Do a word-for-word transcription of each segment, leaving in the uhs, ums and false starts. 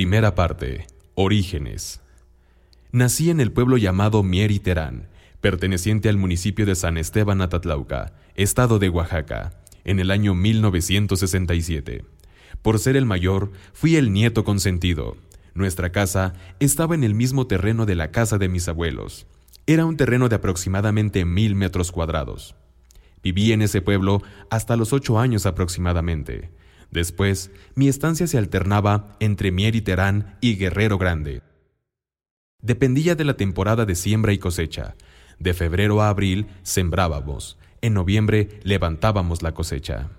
Primera parte. Orígenes. Nací en el pueblo llamado Mier y Terán, perteneciente al municipio de San Esteban Atatlauca, estado de Oaxaca, en el año mil novecientos sesenta y siete. Por ser el mayor, fui el nieto consentido. Nuestra casa estaba en el mismo terreno de la casa de mis abuelos. Era un terreno de aproximadamente mil metros cuadrados. Viví en ese pueblo hasta los ocho años aproximadamente. Después, mi estancia se alternaba entre Mier y Terán y Guerrero Grande. Dependía de la temporada de siembra y cosecha. De febrero a abril sembrábamos. En noviembre levantábamos la cosecha.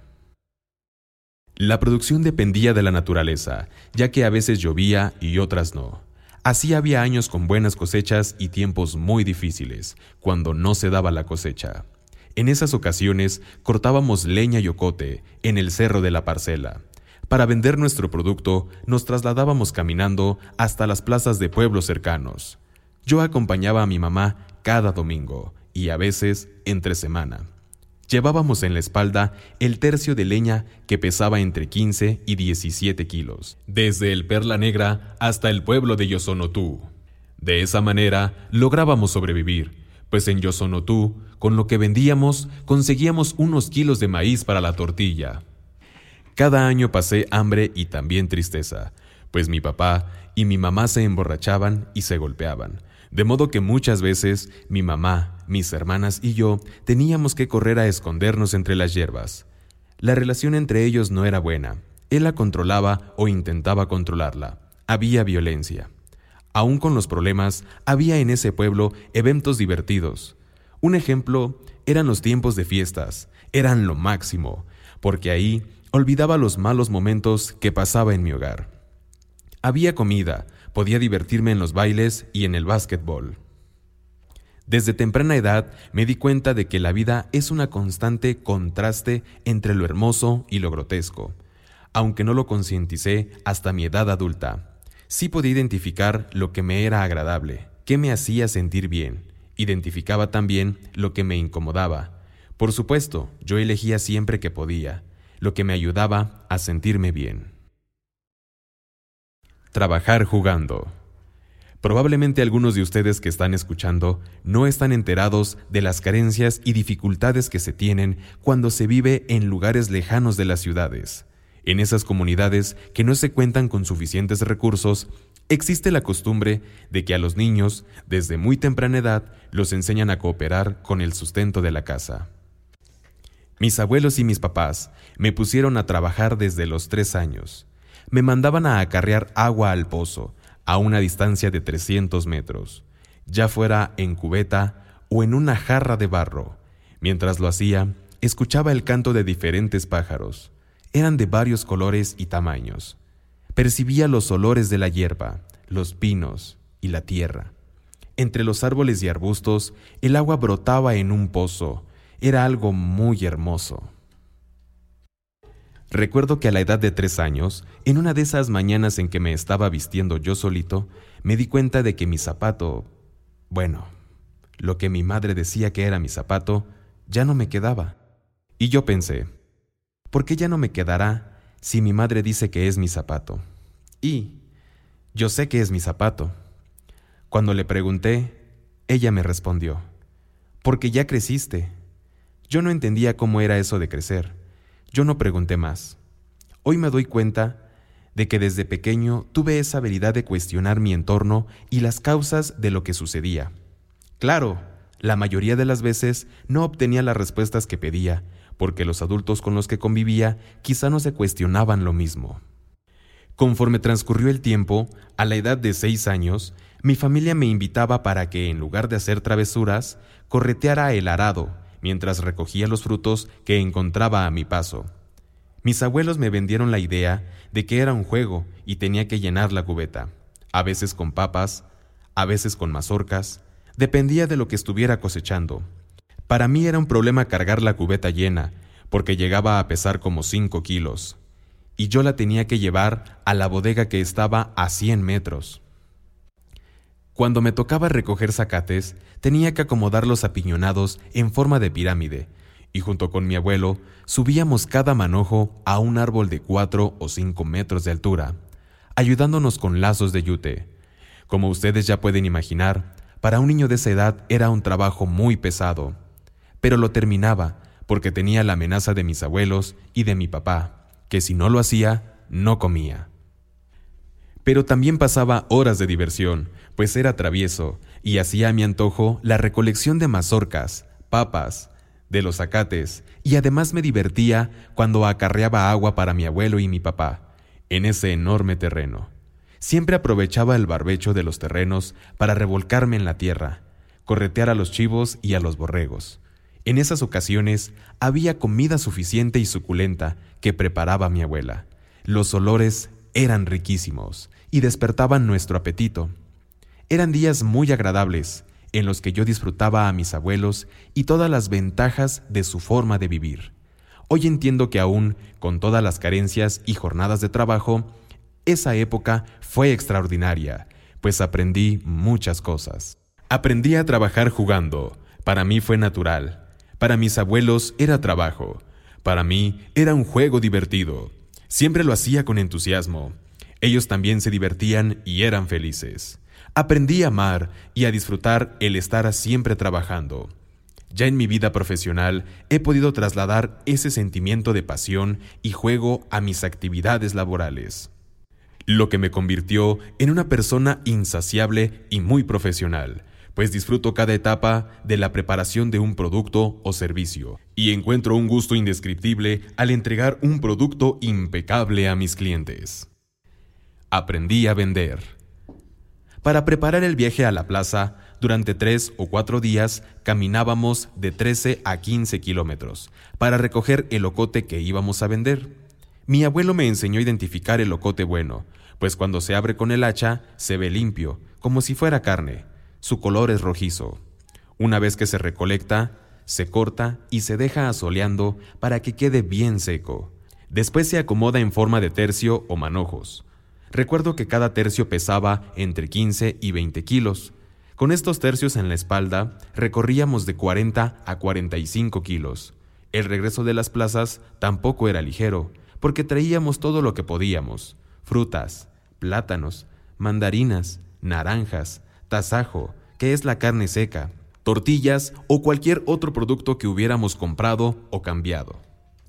La producción dependía de la naturaleza, ya que a veces llovía y otras no. Así había años con buenas cosechas y tiempos muy difíciles, cuando no se daba la cosecha. En esas ocasiones cortábamos leña y ocote en el cerro de la parcela. Para vender nuestro producto nos trasladábamos caminando hasta las plazas de pueblos cercanos. Yo acompañaba a mi mamá cada domingo y a veces entre semana. Llevábamos en la espalda el tercio de leña que pesaba entre quince y diecisiete kilos, desde el Perla Negra hasta el pueblo de Yosonotú. De esa manera lográbamos sobrevivir, pues en Yosonotú, con lo que vendíamos, conseguíamos unos kilos de maíz para la tortilla. Cada año pasé hambre y también tristeza, pues mi papá y mi mamá se emborrachaban y se golpeaban, de modo que muchas veces mi mamá, mis hermanas y yo teníamos que correr a escondernos entre las hierbas. La relación entre ellos no era buena. Él la controlaba o intentaba controlarla. Había violencia. Aún con los problemas, había en ese pueblo eventos divertidos. Un ejemplo eran los tiempos de fiestas. Eran lo máximo, porque ahí olvidaba los malos momentos que pasaba en mi hogar. Había comida, podía divertirme en los bailes y en el básquetbol. Desde temprana edad me di cuenta de que la vida es una constante contraste entre lo hermoso y lo grotesco. Aunque no lo concienticé hasta mi edad adulta, sí podía identificar lo que me era agradable, qué me hacía sentir bien. Identificaba también lo que me incomodaba. Por supuesto, yo elegía siempre que podía, lo que me ayudaba a sentirme bien. Trabajar jugando. Probablemente algunos de ustedes que están escuchando no están enterados de las carencias y dificultades que se tienen cuando se vive en lugares lejanos de las ciudades. En esas comunidades que no se cuentan con suficientes recursos, existe la costumbre de que a los niños, desde muy temprana edad, los enseñan a cooperar con el sustento de la casa. Mis abuelos y mis papás me pusieron a trabajar desde los tres años. Me mandaban a acarrear agua al pozo, a una distancia de trescientos metros, ya fuera en cubeta o en una jarra de barro. Mientras lo hacía, escuchaba el canto de diferentes pájaros. Eran de varios colores y tamaños. Percibía los olores de la hierba, los pinos y la tierra. Entre los árboles y arbustos, el agua brotaba en un pozo. Era algo muy hermoso. Recuerdo que a la edad de tres años, en una de esas mañanas en que me estaba vistiendo yo solito, me di cuenta de que mi zapato, bueno, lo que mi madre decía que era mi zapato, ya no me quedaba. Y yo pensé, ¿por qué ya no me quedará si mi madre dice que es mi zapato? Y yo sé que es mi zapato. Cuando le pregunté, ella me respondió, porque ya creciste. Yo no entendía cómo era eso de crecer. Yo no pregunté más. Hoy me doy cuenta de que desde pequeño tuve esa habilidad de cuestionar mi entorno y las causas de lo que sucedía. Claro, la mayoría de las veces no obtenía las respuestas que pedía, porque los adultos con los que convivía quizá no se cuestionaban lo mismo. Conforme transcurrió el tiempo, a la edad de seis años, mi familia me invitaba para que, en lugar de hacer travesuras, correteara el arado, mientras recogía los frutos que encontraba a mi paso. Mis abuelos me vendieron la idea de que era un juego y tenía que llenar la cubeta, a veces con papas, a veces con mazorcas, dependía de lo que estuviera cosechando. Para mí era un problema cargar la cubeta llena, porque llegaba a pesar como cinco kilos, y yo la tenía que llevar a la bodega que estaba a cien metros. Cuando me tocaba recoger zacates, tenía que acomodarlos apiñonados en forma de pirámide, y junto con mi abuelo subíamos cada manojo a un árbol de cuatro o cinco metros de altura. ayudándonos con lazos de yute. Como ustedes ya pueden imaginar, para un niño de esa edad era un trabajo muy pesado, pero lo terminaba porque tenía la amenaza de mis abuelos y de mi papá, que si no lo hacía, no comía. Pero también pasaba horas de diversión, pues era travieso y hacía a mi antojo la recolección de mazorcas, papas, de los zacates, y además me divertía cuando acarreaba agua para mi abuelo y mi papá, en ese enorme terreno. Siempre aprovechaba el barbecho de los terrenos para revolcarme en la tierra, corretear a los chivos y a los borregos. En esas ocasiones había comida suficiente y suculenta que preparaba mi abuela. Los olores eran riquísimos y despertaban nuestro apetito. Eran días muy agradables en los que yo disfrutaba a mis abuelos y todas las ventajas de su forma de vivir. Hoy entiendo que aún, con todas las carencias y jornadas de trabajo, esa época fue extraordinaria, pues aprendí muchas cosas. Aprendí a trabajar jugando. Para mí fue natural. Para mis abuelos era trabajo. Para mí era un juego divertido. Siempre lo hacía con entusiasmo. Ellos también se divertían y eran felices. Aprendí a amar y a disfrutar el estar siempre trabajando. Ya en mi vida profesional he podido trasladar ese sentimiento de pasión y juego a mis actividades laborales, lo que me convirtió en una persona insaciable y muy profesional, pues disfruto cada etapa de la preparación de un producto o servicio y encuentro un gusto indescriptible al entregar un producto impecable a mis clientes. Aprendí a vender. Para preparar el viaje a la plaza, durante tres o cuatro días caminábamos de trece a quince kilómetros para recoger el ocote que íbamos a vender. Mi abuelo me enseñó a identificar el ocote bueno, pues cuando se abre con el hacha se ve limpio, como si fuera carne. Su color es rojizo. Una vez que se recolecta, se corta y se deja asoleando para que quede bien seco. Después se acomoda en forma de tercio o manojos. Recuerdo que cada tercio pesaba entre quince y veinte kilos. Con estos tercios en la espalda, recorríamos de cuarenta a cuarenta y cinco kilos. El regreso de las plazas tampoco era ligero, porque traíamos todo lo que podíamos: frutas, plátanos, mandarinas, naranjas, tasajo, que es la carne seca, tortillas o cualquier otro producto que hubiéramos comprado o cambiado.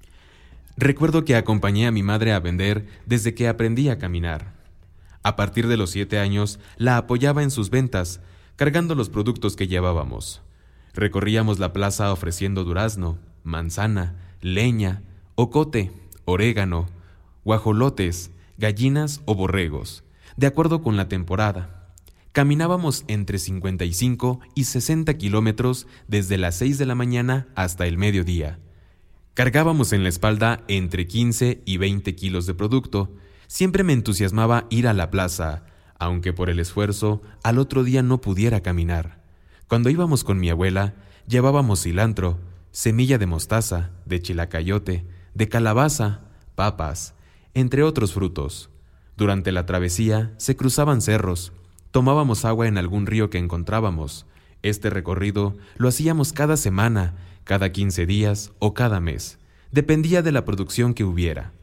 Recuerdo que acompañé a mi madre a vender desde que aprendí a caminar. A partir de los siete años, la apoyaba en sus ventas, cargando los productos que llevábamos. Recorríamos la plaza ofreciendo durazno, manzana, leña, ocote, orégano, guajolotes, gallinas o borregos, de acuerdo con la temporada. Caminábamos entre cincuenta y cinco y sesenta kilómetros desde las seis de la mañana hasta el mediodía. Cargábamos en la espalda entre quince y veinte kilos de producto. Siempre me entusiasmaba ir a la plaza, aunque por el esfuerzo al otro día no pudiera caminar. Cuando íbamos con mi abuela, llevábamos cilantro, semilla de mostaza, de chilacayote, de calabaza, papas, entre otros frutos. Durante la travesía se cruzaban cerros, tomábamos agua en algún río que encontrábamos. Este recorrido lo hacíamos cada semana, cada quince días o cada mes. Dependía de la producción que hubiera.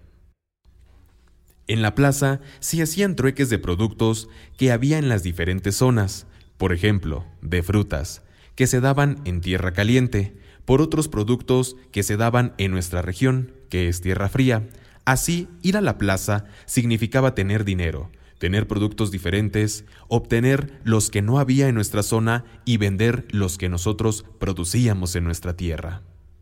En la plaza se hacían trueques de productos que había en las diferentes zonas, por ejemplo, de frutas, que se daban en tierra caliente, por otros productos que se daban en nuestra región, que es tierra fría. Así, ir a la plaza significaba tener dinero, tener productos diferentes, obtener los que no había en nuestra zona y vender los que nosotros producíamos en nuestra tierra.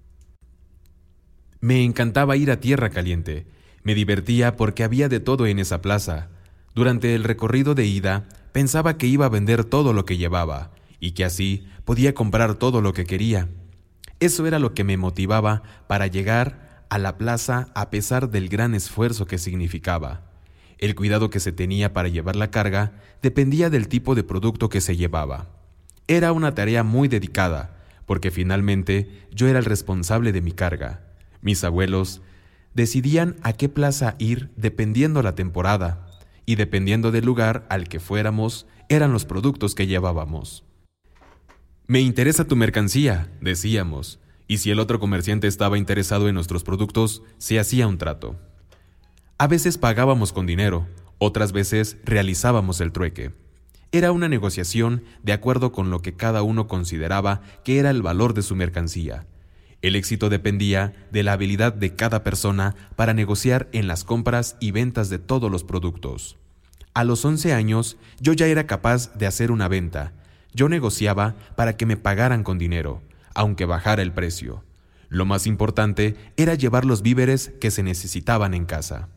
Me encantaba ir a tierra caliente. Me divertía porque había de todo en esa plaza. Durante el recorrido de ida, pensaba que iba a vender todo lo que llevaba y que así podía comprar todo lo que quería. Eso era lo que me motivaba para llegar a la plaza a pesar del gran esfuerzo que significaba. El cuidado que se tenía para llevar la carga dependía del tipo de producto que se llevaba. Era una tarea muy dedicada, porque finalmente yo era el responsable de mi carga. Mis abuelos decidían a qué plaza ir dependiendo la temporada, y dependiendo del lugar al que fuéramos, eran los productos que llevábamos. «Me interesa tu mercancía», decíamos, y si el otro comerciante estaba interesado en nuestros productos, se hacía un trato. A veces pagábamos con dinero, Otras veces realizábamos el trueque. Era una negociación de acuerdo con lo que cada uno consideraba que era el valor de su mercancía. El éxito dependía de la habilidad de cada persona para negociar en las compras y ventas de todos los productos. A los once años, yo ya era capaz de hacer una venta. Yo negociaba para que me pagaran con dinero, aunque bajara el precio. Lo más importante era llevar los víveres que se necesitaban en casa.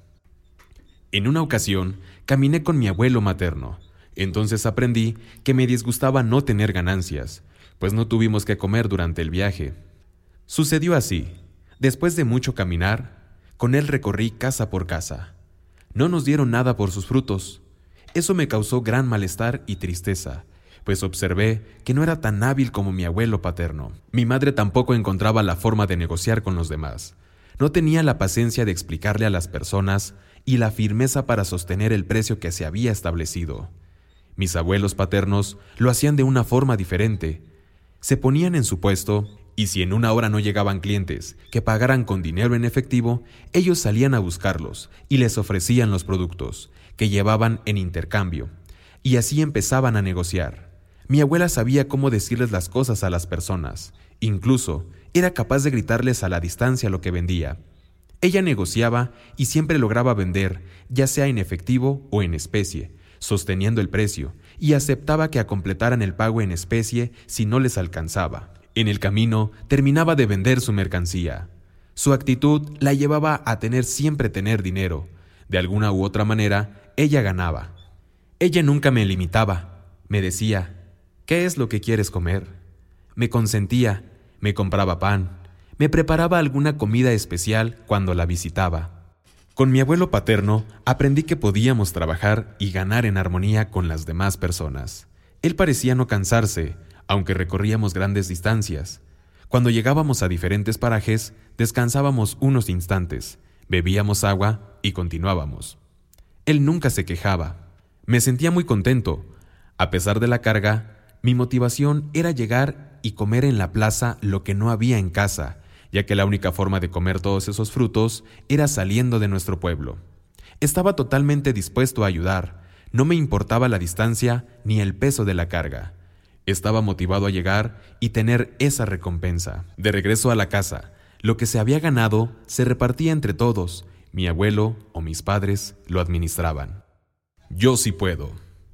En una ocasión, caminé con mi abuelo materno. Entonces aprendí que me disgustaba no tener ganancias, pues no tuvimos que comer durante el viaje. Sucedió así. Después de mucho caminar, con él recorrí casa por casa. No nos dieron nada por sus frutos. Eso me causó gran malestar y tristeza, pues observé que no era tan hábil como mi abuelo paterno. Mi madre tampoco encontraba la forma de negociar con los demás. No tenía la paciencia de explicarle a las personas y la firmeza para sostener el precio que se había establecido. Mis abuelos paternos lo hacían de una forma diferente. Se ponían en su puesto y si en una hora no llegaban clientes que pagaran con dinero en efectivo, ellos salían a buscarlos y les ofrecían los productos que llevaban en intercambio. Y así empezaban a negociar. Mi abuela sabía cómo decirles las cosas a las personas. Incluso era capaz de gritarles a la distancia lo que vendía. Ella negociaba y siempre lograba vender, ya sea en efectivo o en especie, sosteniendo el precio, y aceptaba que completaran el pago en especie si no les alcanzaba. En el camino, terminaba de vender su mercancía. Su actitud la llevaba a tener siempre tener dinero. De alguna u otra manera, ella ganaba. Ella nunca me limitaba. Me decía, ¿qué es lo que quieres comer? Me consentía, me compraba pan, me preparaba alguna comida especial cuando la visitaba. Con mi abuelo paterno aprendí que podíamos trabajar y ganar en armonía con las demás personas. Él parecía no cansarse, aunque recorríamos grandes distancias. Cuando llegábamos a diferentes parajes, descansábamos unos instantes, bebíamos agua y continuábamos. Él nunca se quejaba. Me sentía muy contento. A pesar de la carga, mi motivación era llegar y comer en la plaza lo que no había en casa, ya que la única forma de comer todos esos frutos era saliendo de nuestro pueblo. Estaba totalmente dispuesto a ayudar. No me importaba la distancia ni el peso de la carga. Estaba motivado a llegar y tener esa recompensa. De regreso a la casa, lo que se había ganado se repartía entre todos. Mi abuelo o mis padres lo administraban. Yo sí puedo.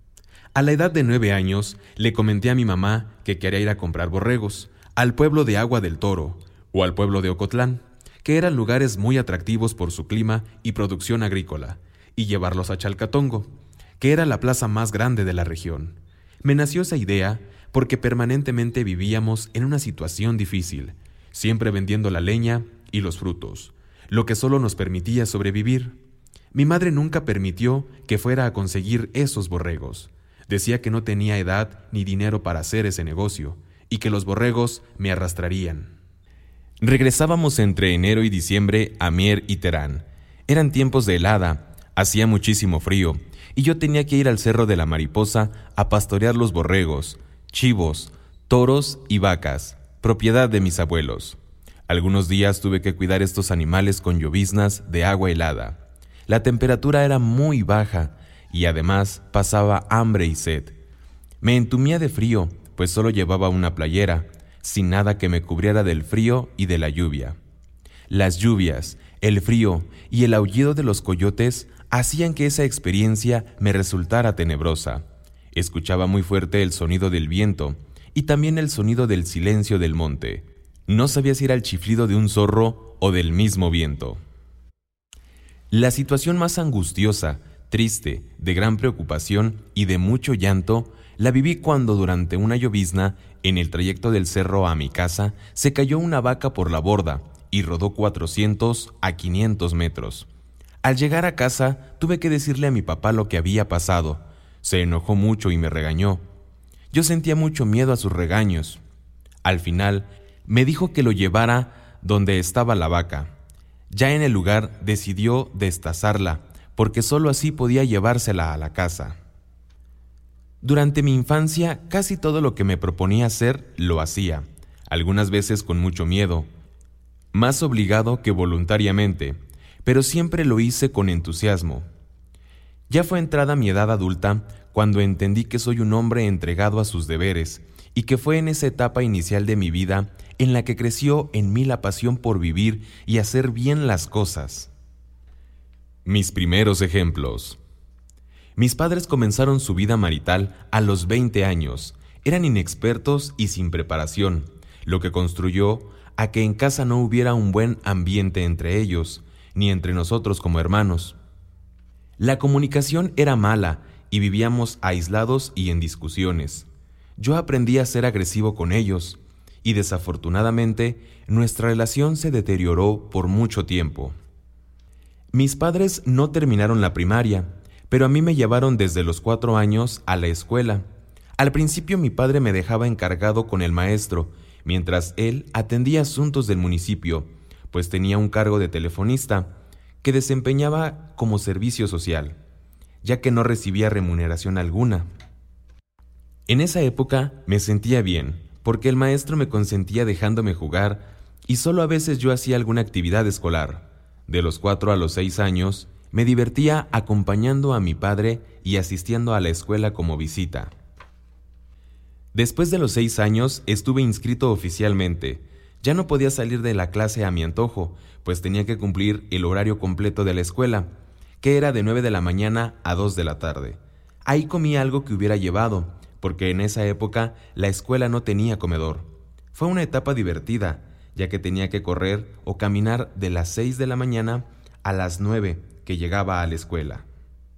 A la edad de nueve años, le comenté a mi mamá que quería ir a comprar borregos al pueblo de Agua del Toro o al pueblo de Ocotlán, que eran lugares muy atractivos por su clima y producción agrícola, y llevarlos a Chalcatongo, que era la plaza más grande de la región. Me nació esa idea porque permanentemente vivíamos en una situación difícil, siempre vendiendo la leña y los frutos, lo que solo nos permitía sobrevivir. Mi madre nunca permitió que fuera a conseguir esos borregos. Decía que no tenía edad ni dinero para hacer ese negocio, y que los borregos me arrastrarían. Regresábamos entre enero y diciembre a Mier y Terán. Eran tiempos de helada, hacía muchísimo frío, y yo tenía que ir al Cerro de la Mariposa a pastorear los borregos, chivos, toros y vacas, propiedad de mis abuelos. Algunos días tuve que cuidar estos animales con lloviznas de agua helada. La temperatura era muy baja, y además pasaba hambre y sed. Me entumía de frío, pues solo llevaba una playera, sin nada que me cubriera del frío y de la lluvia. Las lluvias, el frío y el aullido de los coyotes hacían que esa experiencia me resultara tenebrosa. Escuchaba muy fuerte el sonido del viento y también el sonido del silencio del monte. No sabía si era el chiflido de un zorro o del mismo viento. La situación más angustiosa, triste, de gran preocupación y de mucho llanto, la viví cuando durante una llovizna, en el trayecto del cerro a mi casa, se cayó una vaca por la borda y rodó cuatrocientos a quinientos metros. Al llegar a casa, tuve que decirle a mi papá lo que había pasado. Se enojó mucho y me regañó. Yo sentía mucho miedo a sus regaños. Al final, me dijo que lo llevara donde estaba la vaca. Ya en el lugar decidió destazarla, porque sólo así podía llevársela a la casa. Durante mi infancia, casi todo lo que me proponía hacer, lo hacía, algunas veces con mucho miedo, más obligado que voluntariamente, pero siempre lo hice con entusiasmo. Ya fue entrada mi edad adulta cuando entendí que soy un hombre entregado a sus deberes y que fue en esa etapa inicial de mi vida en la que creció en mí la pasión por vivir y hacer bien las cosas. Mis primeros ejemplos. Mis padres comenzaron su vida marital a los veinte años. Eran inexpertos y sin preparación, lo que construyó a que en casa no hubiera un buen ambiente entre ellos, ni entre nosotros como hermanos. La comunicación era mala y vivíamos aislados y en discusiones. Yo aprendí a ser agresivo con ellos y desafortunadamente nuestra relación se deterioró por mucho tiempo. Mis padres no terminaron la primaria, pero a mí me llevaron desde los cuatro años a la escuela. Al principio mi padre me dejaba encargado con el maestro, mientras él atendía asuntos del municipio, pues tenía un cargo de telefonista que desempeñaba como servicio social, ya que no recibía remuneración alguna. En esa época me sentía bien, porque el maestro me consentía dejándome jugar y solo a veces yo hacía alguna actividad escolar. De los cuatro a los seis años, me divertía acompañando a mi padre y asistiendo a la escuela como visita. Después de los seis años estuve inscrito oficialmente. Ya no podía salir de la clase a mi antojo, pues tenía que cumplir el horario completo de la escuela, que era de nueve de la mañana a dos de la tarde. Ahí comía algo que hubiera llevado, porque en esa época la escuela no tenía comedor. Fue una etapa divertida, ya que tenía que correr o caminar de las seis de la mañana a las nueve que llegaba a la escuela.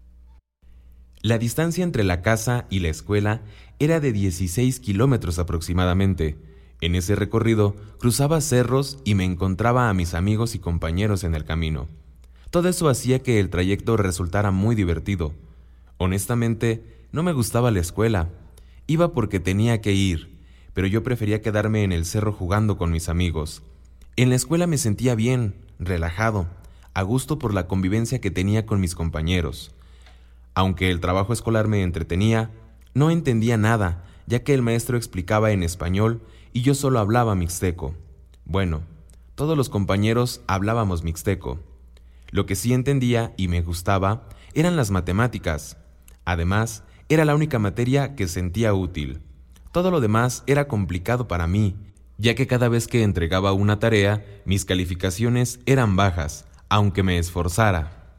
La distancia entre la casa y la escuela era de dieciséis kilómetros aproximadamente. En ese recorrido cruzaba cerros y me encontraba a mis amigos y compañeros en el camino. Todo eso hacía que el trayecto resultara muy divertido. Honestamente, no me gustaba la escuela. Iba porque tenía que ir, pero yo prefería quedarme en el cerro jugando con mis amigos. En la escuela me sentía bien, relajado, a gusto por la convivencia que tenía con mis compañeros. Aunque el trabajo escolar me entretenía, no entendía nada, ya que el maestro explicaba en español y yo solo hablaba mixteco. Bueno, todos los compañeros hablábamos mixteco. Lo que sí entendía y me gustaba eran las matemáticas. Además, era la única materia que sentía útil. Todo lo demás era complicado para mí, ya que cada vez que entregaba una tarea, mis calificaciones eran bajas, aunque me esforzara.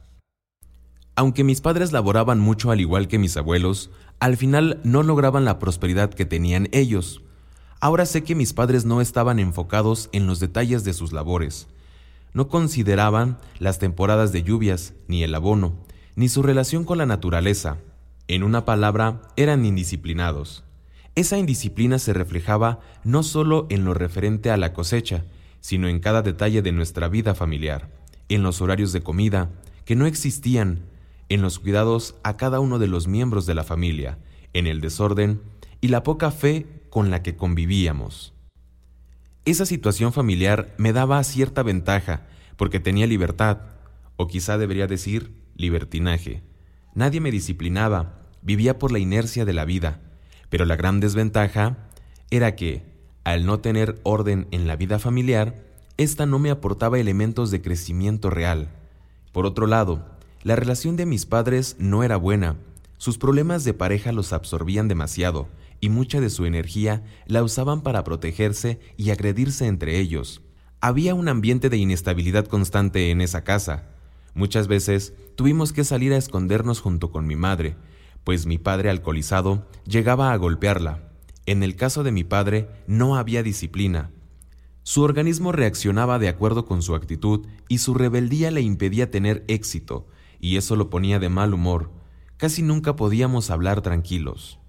Aunque mis padres laboraban mucho al igual que mis abuelos, al final no lograban la prosperidad que tenían ellos. Ahora sé que mis padres no estaban enfocados en los detalles de sus labores. No consideraban las temporadas de lluvias, ni el abono, ni su relación con la naturaleza. En una palabra, eran indisciplinados. Esa indisciplina se reflejaba no solo en lo referente a la cosecha, sino en cada detalle de nuestra vida familiar, en los horarios de comida, que no existían, en los cuidados a cada uno de los miembros de la familia, en el desorden y la poca fe con la que convivíamos. Esa situación familiar me daba cierta ventaja porque tenía libertad, o quizá debería decir libertinaje. Nadie me disciplinaba, vivía por la inercia de la vida, pero la gran desventaja era que, al no tener orden en la vida familiar, ésta no me aportaba elementos de crecimiento real. Por otro lado, la relación de mis padres no era buena. Sus problemas de pareja los absorbían demasiado y mucha de su energía la usaban para protegerse y agredirse entre ellos. Había un ambiente de inestabilidad constante en esa casa. Muchas veces tuvimos que salir a escondernos junto con mi madre, pues mi padre alcoholizado llegaba a golpearla. En el caso de mi padre no había disciplina. Su organismo reaccionaba de acuerdo con su actitud y su rebeldía le impedía tener éxito, y eso lo ponía de mal humor. Casi nunca podíamos hablar tranquilos.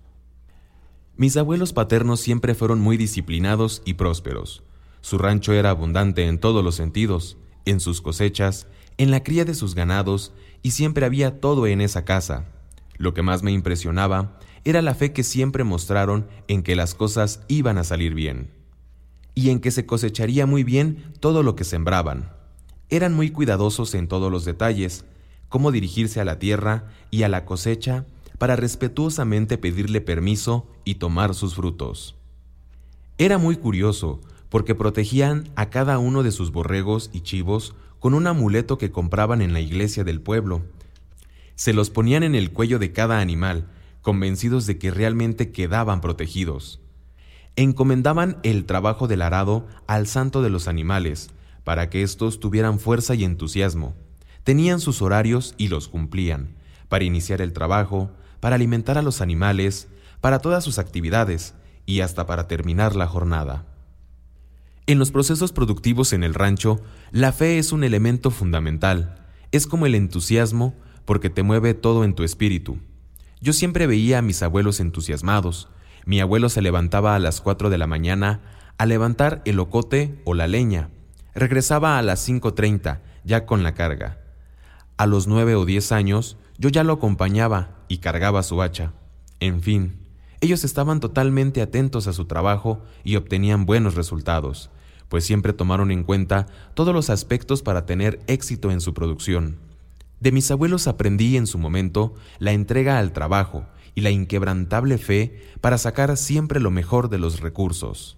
Mis abuelos paternos siempre fueron muy disciplinados y prósperos. Su rancho era abundante en todos los sentidos, en sus cosechas, en la cría de sus ganados, y siempre había todo en esa casa. Lo que más me impresionaba era la fe que siempre mostraron en que las cosas iban a salir bien, y en que se cosecharía muy bien todo lo que sembraban. Eran muy cuidadosos en todos los detalles, cómo dirigirse a la tierra y a la cosecha para respetuosamente pedirle permiso y tomar sus frutos. Era muy curioso, porque protegían a cada uno de sus borregos y chivos con un amuleto que compraban en la iglesia del pueblo. Se los ponían en el cuello de cada animal, convencidos de que realmente quedaban protegidos. Encomendaban el trabajo del arado al santo de los animales, para que éstos tuvieran fuerza y entusiasmo. Tenían sus horarios y los cumplían, para iniciar el trabajo, para alimentar a los animales, para todas sus actividades y hasta para terminar la jornada. En los procesos productivos en el rancho, la fe es un elemento fundamental. Es como el entusiasmo, porque te mueve todo en tu espíritu. Yo siempre veía a mis abuelos entusiasmados. Mi abuelo se levantaba a las cuatro de la mañana a levantar el ocote o la leña. Regresaba a las cinco treinta, ya con la carga. A los nueve o diez años, yo ya lo acompañaba y cargaba su hacha. En fin, ellos estaban totalmente atentos a su trabajo y obtenían buenos resultados, pues siempre tomaron en cuenta todos los aspectos para tener éxito en su producción. De mis abuelos aprendí en su momento la entrega al trabajo y la inquebrantable fe para sacar siempre lo mejor de los recursos.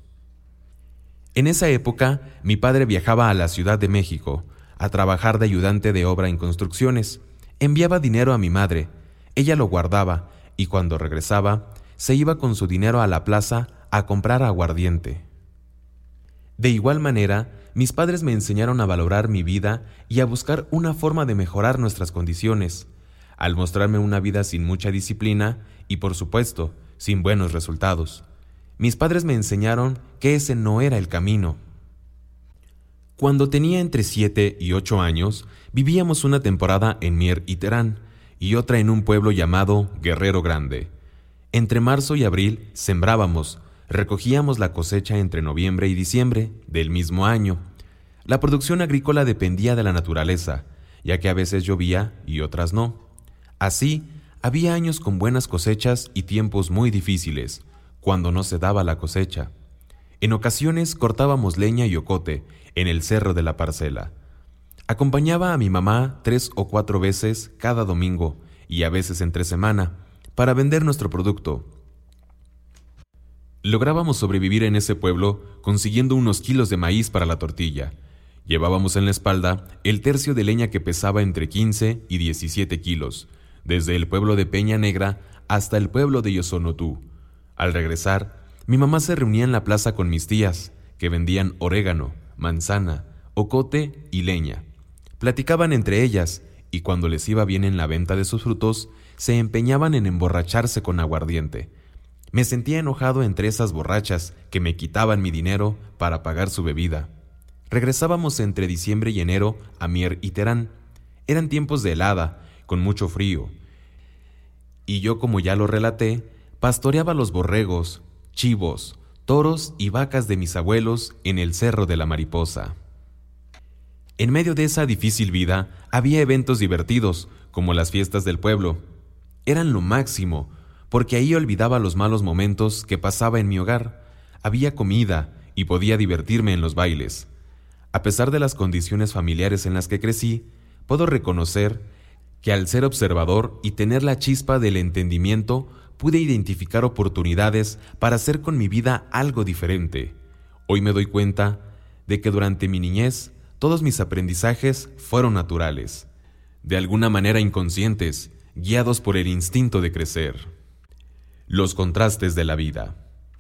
En esa época, mi padre viajaba a la Ciudad de México a trabajar de ayudante de obra en construcciones. Enviaba dinero a mi madre, ella lo guardaba y cuando regresaba, se iba con su dinero a la plaza a comprar aguardiente. De igual manera, mis padres me enseñaron a valorar mi vida y a buscar una forma de mejorar nuestras condiciones, al mostrarme una vida sin mucha disciplina y, por supuesto, sin buenos resultados. Mis padres me enseñaron que ese no era el camino. Cuando tenía entre siete y ocho años, vivíamos una temporada en Mier y Terán y otra en un pueblo llamado Guerrero Grande. Entre marzo y abril sembrábamos, recogíamos la cosecha entre noviembre y diciembre del mismo año. La producción agrícola dependía de la naturaleza, ya que a veces llovía y otras no. Así, había años con buenas cosechas y tiempos muy difíciles, cuando no se daba la cosecha. En ocasiones cortábamos leña y ocote en el cerro de la parcela. Acompañaba a mi mamá tres o cuatro veces cada domingo y a veces entre semana para vender nuestro producto. Lográbamos sobrevivir en ese pueblo consiguiendo unos kilos de maíz para la tortilla. Llevábamos en la espalda el tercio de leña que pesaba entre quince y diecisiete kilos, desde el pueblo de Peña Negra hasta el pueblo de Yosonotú. Al regresar, mi mamá se reunía en la plaza con mis tías, que vendían orégano, manzana, ocote y leña. Platicaban entre ellas, y cuando les iba bien en la venta de sus frutos, se empeñaban en emborracharse con aguardiente. Me sentía enojado entre esas borrachas que me quitaban mi dinero para pagar su bebida. Regresábamos entre diciembre y enero a Mier y Terán. Eran tiempos de helada, con mucho frío. Y yo, como ya lo relaté, pastoreaba los borregos, chivos, toros y vacas de mis abuelos en el Cerro de la Mariposa. En medio de esa difícil vida, había eventos divertidos, como las fiestas del pueblo. Eran lo máximo, porque ahí olvidaba los malos momentos que pasaba en mi hogar. Había comida y podía divertirme en los bailes. A pesar de las condiciones familiares en las que crecí, puedo reconocer que al ser observador y tener la chispa del entendimiento, pude identificar oportunidades para hacer con mi vida algo diferente. Hoy me doy cuenta de que durante mi niñez, todos mis aprendizajes fueron naturales, de alguna manera inconscientes, guiados por el instinto de crecer. Los contrastes de la vida.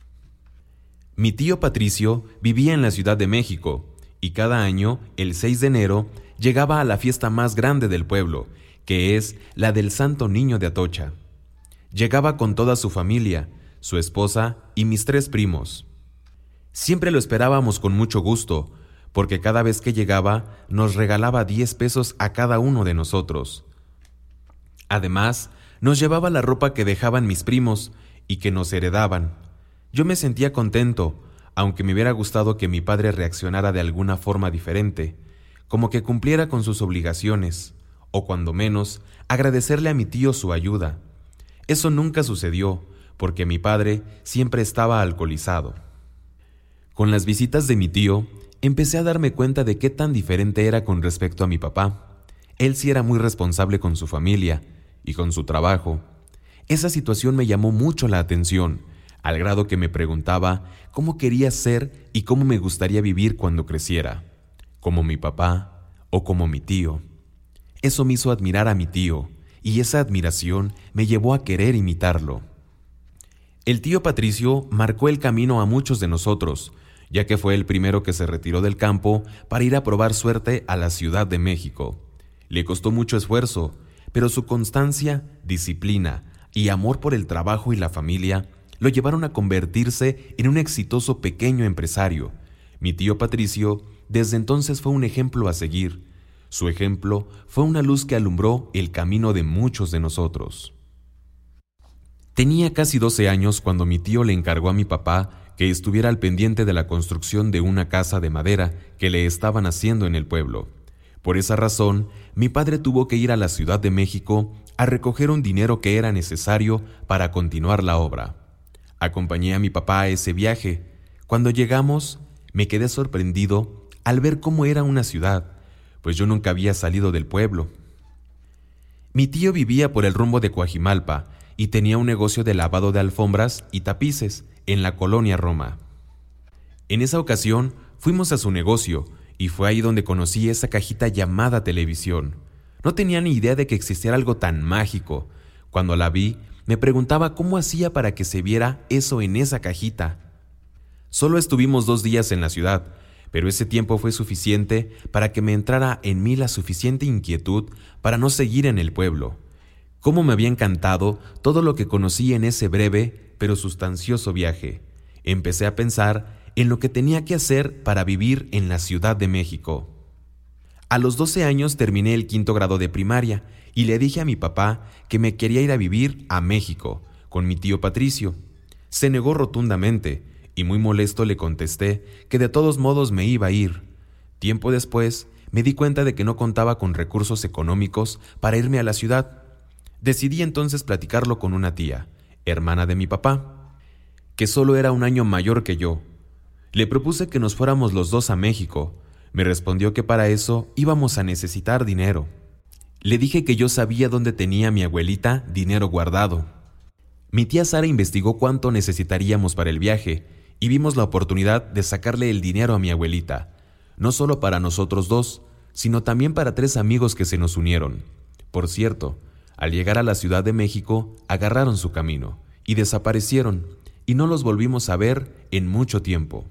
Mi tío Patricio vivía en la Ciudad de México y cada año, el seis de enero, llegaba a la fiesta más grande del pueblo, que es la del Santo Niño de Atocha. Llegaba con toda su familia, su esposa y mis tres primos. Siempre lo esperábamos con mucho gusto, porque cada vez que llegaba nos regalaba diez pesos a cada uno de nosotros. Además, nos llevaba la ropa que dejaban mis primos y que nos heredaban. Yo me sentía contento, aunque me hubiera gustado que mi padre reaccionara de alguna forma diferente, como que cumpliera con sus obligaciones, o cuando menos, agradecerle a mi tío su ayuda. Eso nunca sucedió, porque mi padre siempre estaba alcoholizado. Con las visitas de mi tío, empecé a darme cuenta de qué tan diferente era con respecto a mi papá. Él sí era muy responsable con su familia y con su trabajo. Esa situación me llamó mucho la atención, al grado que me preguntaba cómo quería ser y cómo me gustaría vivir cuando creciera, como mi papá o como mi tío. Eso me hizo admirar a mi tío y esa admiración me llevó a querer imitarlo. El tío Patricio marcó el camino a muchos de nosotros, ya que fue el primero que se retiró del campo para ir a probar suerte a la Ciudad de México. Le costó mucho esfuerzo, pero su constancia, disciplina y amor por el trabajo y la familia lo llevaron a convertirse en un exitoso pequeño empresario. Mi tío Patricio desde entonces fue un ejemplo a seguir. Su ejemplo fue una luz que alumbró el camino de muchos de nosotros. Tenía casi doce años cuando mi tío le encargó a mi papá que estuviera al pendiente de la construcción de una casa de madera que le estaban haciendo en el pueblo. Por esa razón, mi padre tuvo que ir a la Ciudad de México a recoger un dinero que era necesario para continuar la obra. Acompañé a mi papá a ese viaje. Cuando llegamos, me quedé sorprendido al ver cómo era una ciudad, pues yo nunca había salido del pueblo. Mi tío vivía por el rumbo de Coajimalpa y tenía un negocio de lavado de alfombras y tapices en la colonia Roma. En esa ocasión fuimos a su negocio y fue ahí donde conocí esa cajita llamada televisión. No tenía ni idea de que existiera algo tan mágico. Cuando la vi, me preguntaba cómo hacía para que se viera eso en esa cajita. Solo estuvimos dos días en la ciudad, pero ese tiempo fue suficiente para que me entrara en mí la suficiente inquietud para no seguir en el pueblo. Cómo me había encantado todo lo que conocí en ese breve pero sustancioso viaje. Empecé a pensar en lo que tenía que hacer para vivir en la Ciudad de México. A los doce años terminé el quinto grado de primaria y le dije a mi papá que me quería ir a vivir a México con mi tío Patricio. Se negó rotundamente y muy molesto le contesté que de todos modos me iba a ir. Tiempo después me di cuenta de que no contaba con recursos económicos para irme a la ciudad. Decidí entonces platicarlo con una tía, hermana de mi papá, que solo era un año mayor que yo. Le propuse que nos fuéramos los dos a México. Me respondió que para eso íbamos a necesitar dinero. Le dije que yo sabía dónde tenía mi abuelita dinero guardado. Mi tía Sara investigó cuánto necesitaríamos para el viaje y vimos la oportunidad de sacarle el dinero a mi abuelita, no solo para nosotros dos, sino también para tres amigos que se nos unieron. Por cierto, al llegar a la Ciudad de México, agarraron su camino y desaparecieron, y no los volvimos a ver en mucho tiempo.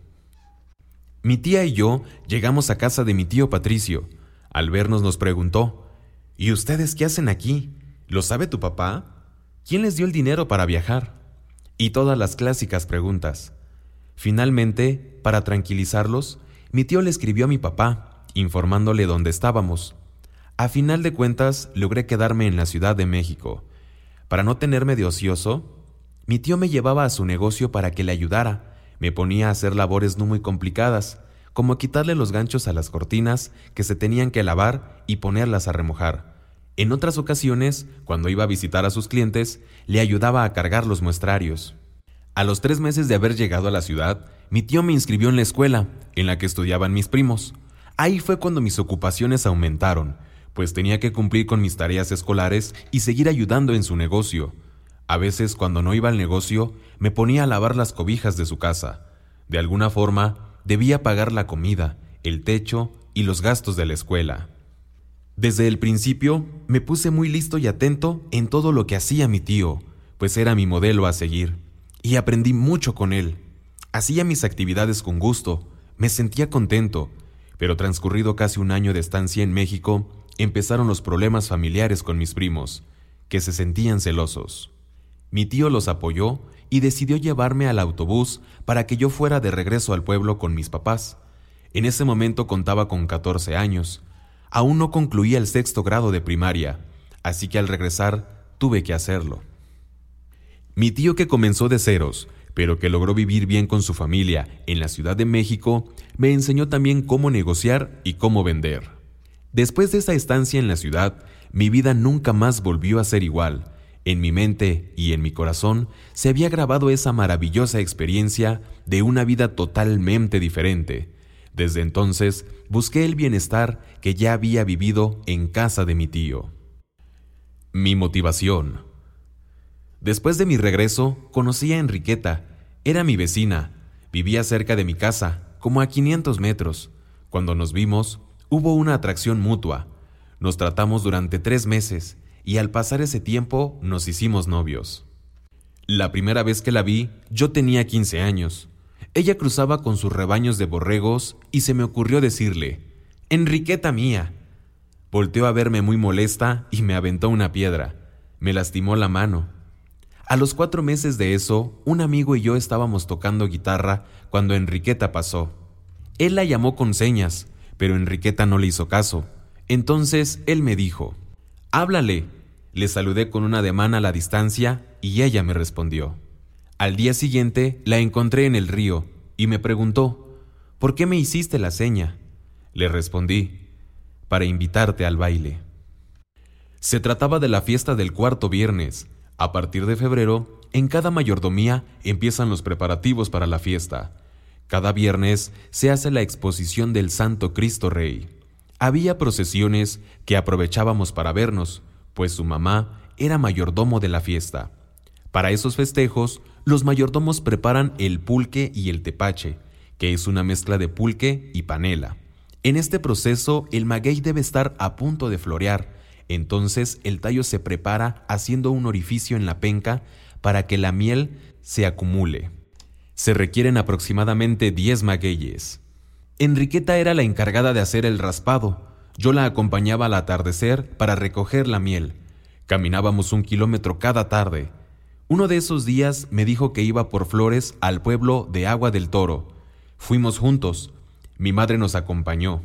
Mi tía y yo llegamos a casa de mi tío Patricio. Al vernos nos preguntó: ¿Y ustedes qué hacen aquí? ¿Lo sabe tu papá? ¿Quién les dio el dinero para viajar? Y todas las clásicas preguntas. Finalmente, para tranquilizarlos, mi tío le escribió a mi papá, informándole dónde estábamos. A final de cuentas, logré quedarme en la Ciudad de México. Para no tenerme de ocioso, mi tío me llevaba a su negocio para que le ayudara. Me ponía a hacer labores no muy complicadas, como quitarle los ganchos a las cortinas que se tenían que lavar y ponerlas a remojar. En otras ocasiones, cuando iba a visitar a sus clientes, le ayudaba a cargar los muestrarios. A los tres meses de haber llegado a la ciudad, mi tío me inscribió en la escuela, en la que estudiaban mis primos. Ahí fue cuando mis ocupaciones aumentaron, pues tenía que cumplir con mis tareas escolares y seguir ayudando en su negocio. A veces, cuando no iba al negocio, me ponía a lavar las cobijas de su casa. De alguna forma, debía pagar la comida, el techo y los gastos de la escuela. Desde el principio, me puse muy listo y atento en todo lo que hacía mi tío, pues era mi modelo a seguir, y aprendí mucho con él. Hacía mis actividades con gusto, me sentía contento, pero transcurrido casi un año de estancia en México, empezaron los problemas familiares con mis primos, que se sentían celosos. Mi tío los apoyó y decidió llevarme al autobús para que yo fuera de regreso al pueblo con mis papás. En ese momento contaba con catorce años. Aún no concluía el sexto grado de primaria, así que al regresar tuve que hacerlo. Mi tío, que comenzó de ceros, pero que logró vivir bien con su familia en la Ciudad de México, me enseñó también cómo negociar y cómo vender. Después de esa estancia en la ciudad, mi vida nunca más volvió a ser igual. En mi mente y en mi corazón se había grabado esa maravillosa experiencia de una vida totalmente diferente. Desde entonces busqué el bienestar que ya había vivido en casa de mi tío. Mi motivación. Después de mi regreso, conocí a Enriqueta. Era mi vecina. Vivía cerca de mi casa, como a quinientos metros. Cuando nos vimos, hubo una atracción mutua. Nos tratamos durante tres meses y al pasar ese tiempo nos hicimos novios. La primera vez que la vi, yo tenía quince años. Ella cruzaba con sus rebaños de borregos y se me ocurrió decirle: «Enriqueta mía». Volteó a verme muy molesta y me aventó una piedra. Me lastimó la mano. A los cuatro meses de eso, un amigo y yo estábamos tocando guitarra cuando Enriqueta pasó. Él la llamó con señas, pero Enriqueta no le hizo caso. Entonces él me dijo: «Háblale». Le saludé con un ademán a la distancia y ella me respondió. Al día siguiente la encontré en el río y me preguntó: «¿Por qué me hiciste la seña?». Le respondí: «Para invitarte al baile». Se trataba de la fiesta del cuarto viernes. A partir de febrero, en cada mayordomía empiezan los preparativos para la fiesta. Cada viernes se hace la exposición del Santo Cristo Rey. Había procesiones que aprovechábamos para vernos, pues su mamá era mayordomo de la fiesta. Para esos festejos, los mayordomos preparan el pulque y el tepache, que es una mezcla de pulque y panela. En este proceso, el maguey debe estar a punto de florear, entonces el tallo se prepara haciendo un orificio en la penca para que la miel se acumule. Se requieren aproximadamente diez magueyes. Enriqueta era la encargada de hacer el raspado. Yo la acompañaba al atardecer para recoger la miel. Caminábamos un kilómetro cada tarde. Uno de esos días me dijo que iba por flores al pueblo de Agua del Toro. Fuimos juntos. Mi madre nos acompañó.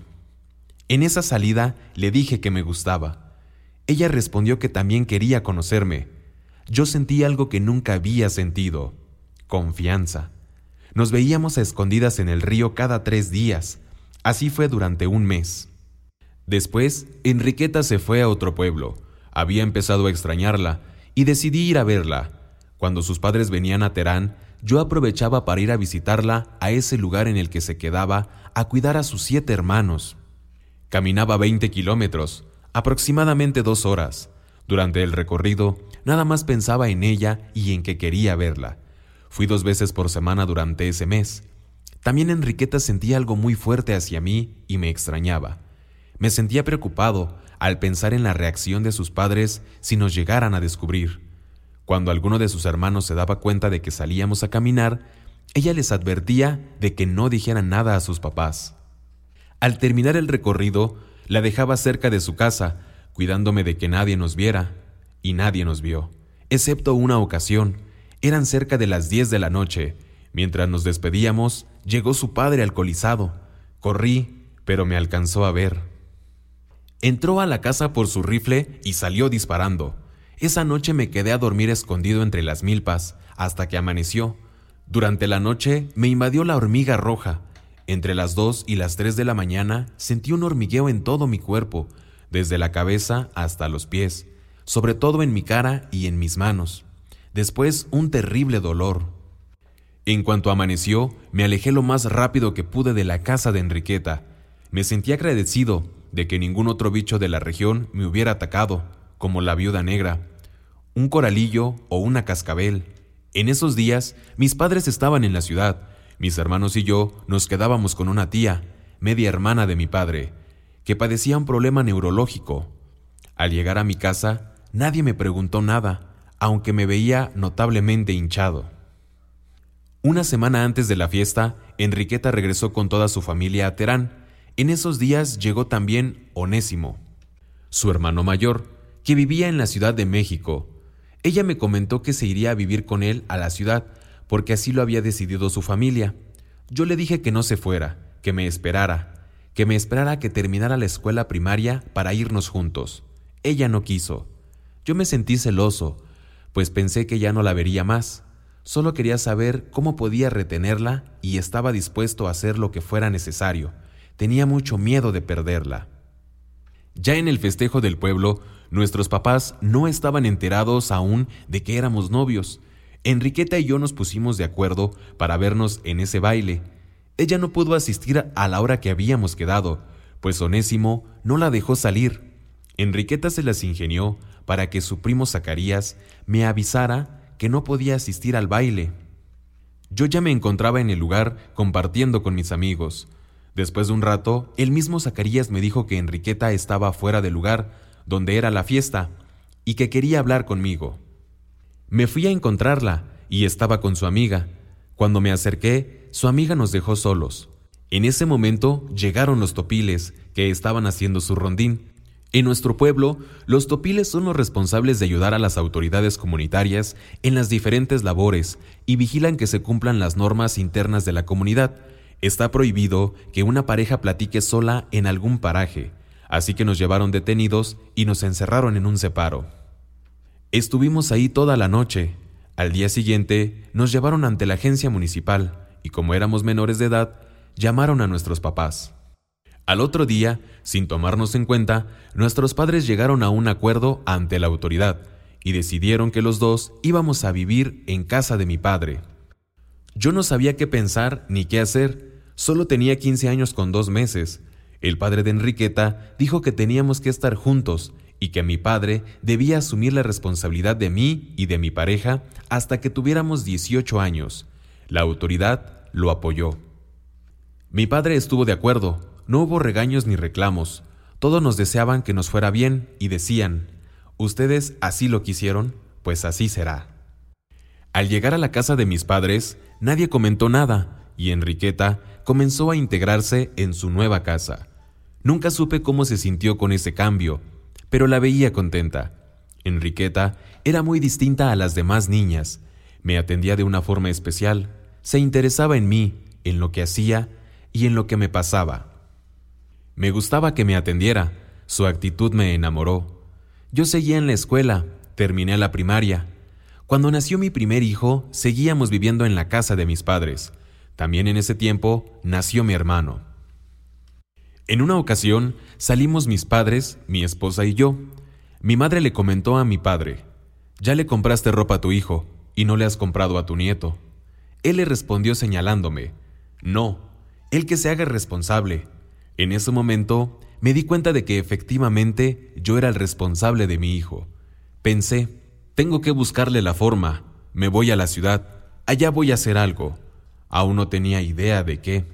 En esa salida le dije que me gustaba. Ella respondió que también quería conocerme. Yo sentí algo que nunca había sentido: confianza. Nos veíamos a escondidas en el río cada tres días. Así fue durante un mes. Después, Enriqueta se fue a otro pueblo. Había empezado a extrañarla y decidí ir a verla. Cuando sus padres venían a Terán, yo aprovechaba para ir a visitarla a ese lugar en el que se quedaba a cuidar a sus siete hermanos. Caminaba veinte kilómetros, aproximadamente dos horas. Durante el recorrido, nada más pensaba en ella y en que quería verla. Fui dos veces por semana durante ese mes. También Enriqueta sentía algo muy fuerte hacia mí y me extrañaba. Me sentía preocupado al pensar en la reacción de sus padres si nos llegaran a descubrir. Cuando alguno de sus hermanos se daba cuenta de que salíamos a caminar, ella les advertía de que no dijeran nada a sus papás. Al terminar el recorrido, la dejaba cerca de su casa, cuidándome de que nadie nos viera, y nadie nos vio, excepto una ocasión. Eran cerca de las diez de la noche. Mientras nos despedíamos, llegó su padre alcoholizado. Corrí, pero me alcanzó a ver. Entró a la casa por su rifle y salió disparando. Esa noche me quedé a dormir escondido entre las milpas, hasta que amaneció. Durante la noche me invadió la hormiga roja. Entre las dos y las tres de la mañana sentí un hormigueo en todo mi cuerpo, desde la cabeza hasta los pies, sobre todo en mi cara y en mis manos. Después, un terrible dolor. En cuanto amaneció, me alejé lo más rápido que pude de la casa de Enriqueta. Me sentí agradecido de que ningún otro bicho de la región me hubiera atacado, como la viuda negra, un coralillo o una cascabel. En esos días, mis padres estaban en la ciudad. Mis hermanos y yo nos quedábamos con una tía, media hermana de mi padre, que padecía un problema neurológico. Al llegar a mi casa, nadie me preguntó nada, aunque me veía notablemente hinchado. Una semana antes de la fiesta, Enriqueta regresó con toda su familia a Terán. En esos días llegó también Onésimo, su hermano mayor, que vivía en la Ciudad de México. Ella me comentó que se iría a vivir con él a la ciudad, porque así lo había decidido su familia. Yo le dije que no se fuera, que me esperara, que me esperara a que terminara la escuela primaria para irnos juntos. Ella no quiso. Yo me sentí celoso, pues pensé que ya no la vería más. Solo quería saber cómo podía retenerla y estaba dispuesto a hacer lo que fuera necesario. Tenía mucho miedo de perderla. Ya en el festejo del pueblo, nuestros papás no estaban enterados aún de que éramos novios. Enriqueta y yo nos pusimos de acuerdo para vernos en ese baile. Ella no pudo asistir a la hora que habíamos quedado, pues Onésimo no la dejó salir. Enriqueta se las ingenió para que su primo Zacarías me avisara que no podía asistir al baile. Yo ya me encontraba en el lugar compartiendo con mis amigos. Después de un rato, el mismo Zacarías me dijo que Enriqueta estaba fuera del lugar donde era la fiesta y que quería hablar conmigo. Me fui a encontrarla y estaba con su amiga. Cuando me acerqué, su amiga nos dejó solos. En ese momento llegaron los topiles, que estaban haciendo su rondín. En nuestro pueblo, los topiles son los responsables de ayudar a las autoridades comunitarias en las diferentes labores y vigilan que se cumplan las normas internas de la comunidad. Está prohibido que una pareja platique sola en algún paraje, así que nos llevaron detenidos y nos encerraron en un separo. Estuvimos ahí toda la noche. Al día siguiente, nos llevaron ante la agencia municipal y como éramos menores de edad, llamaron a nuestros papás. Al otro día, sin tomarnos en cuenta, nuestros padres llegaron a un acuerdo ante la autoridad y decidieron que los dos íbamos a vivir en casa de mi padre. Yo no sabía qué pensar ni qué hacer, solo tenía quince años con dos meses. El padre de Enriqueta dijo que teníamos que estar juntos y que mi padre debía asumir la responsabilidad de mí y de mi pareja hasta que tuviéramos dieciocho años. La autoridad lo apoyó. Mi padre estuvo de acuerdo, no hubo regaños ni reclamos. Todos nos deseaban que nos fuera bien y decían: «Ustedes así lo quisieron, pues así será». Al llegar a la casa de mis padres, nadie comentó nada y Enriqueta comenzó a integrarse en su nueva casa. Nunca supe cómo se sintió con ese cambio, pero la veía contenta. Enriqueta era muy distinta a las demás niñas. Me atendía de una forma especial, se interesaba en mí, en lo que hacía y en lo que me pasaba. Me gustaba que me atendiera, su actitud me enamoró. Yo seguía en la escuela, terminé la primaria. Cuando nació mi primer hijo, seguíamos viviendo en la casa de mis padres. También en ese tiempo nació mi hermano. En una ocasión salimos mis padres, mi esposa y yo. Mi madre le comentó a mi padre: «Ya le compraste ropa a tu hijo y no le has comprado a tu nieto». Él le respondió señalándome: «No, él que se haga responsable». En ese momento me di cuenta de que efectivamente yo era el responsable de mi hijo. Pensé: tengo que buscarle la forma, me voy a la ciudad, allá voy a hacer algo. Aún no tenía idea de qué.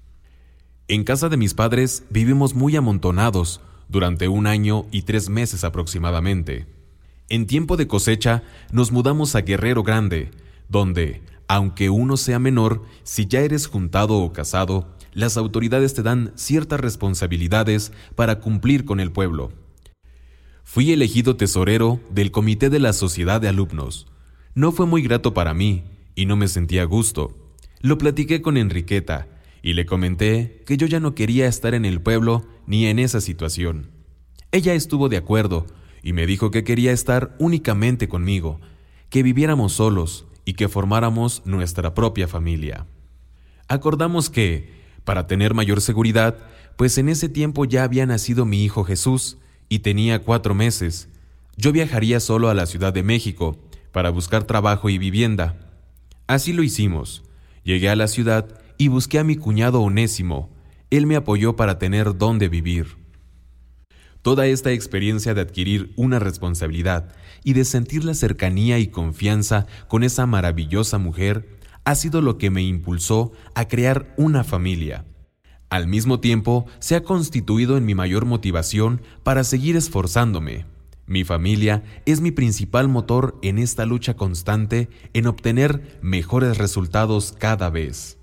En casa de mis padres vivimos muy amontonados durante un año y tres meses aproximadamente. En tiempo de cosecha nos mudamos a Guerrero Grande, donde, aunque uno sea menor, si ya eres juntado o casado, las autoridades te dan ciertas responsabilidades para cumplir con el pueblo. Fui elegido tesorero del comité de la sociedad de alumnos. No fue muy grato para mí y no me sentía a gusto. Lo platiqué con Enriqueta y le comenté que yo ya no quería estar en el pueblo ni en esa situación. Ella estuvo de acuerdo y me dijo que quería estar únicamente conmigo, que viviéramos solos y que formáramos nuestra propia familia. Acordamos que, para tener mayor seguridad, pues en ese tiempo ya había nacido mi hijo Jesús y tenía cuatro meses, yo viajaría solo a la Ciudad de México para buscar trabajo y vivienda. Así lo hicimos. Llegué a la ciudad y busqué a mi cuñado Onésimo. Él me apoyó para tener dónde vivir. Toda esta experiencia de adquirir una responsabilidad y de sentir la cercanía y confianza con esa maravillosa mujer ha sido lo que me impulsó a crear una familia. Al mismo tiempo, se ha constituido en mi mayor motivación para seguir esforzándome. Mi familia es mi principal motor en esta lucha constante en obtener mejores resultados cada vez.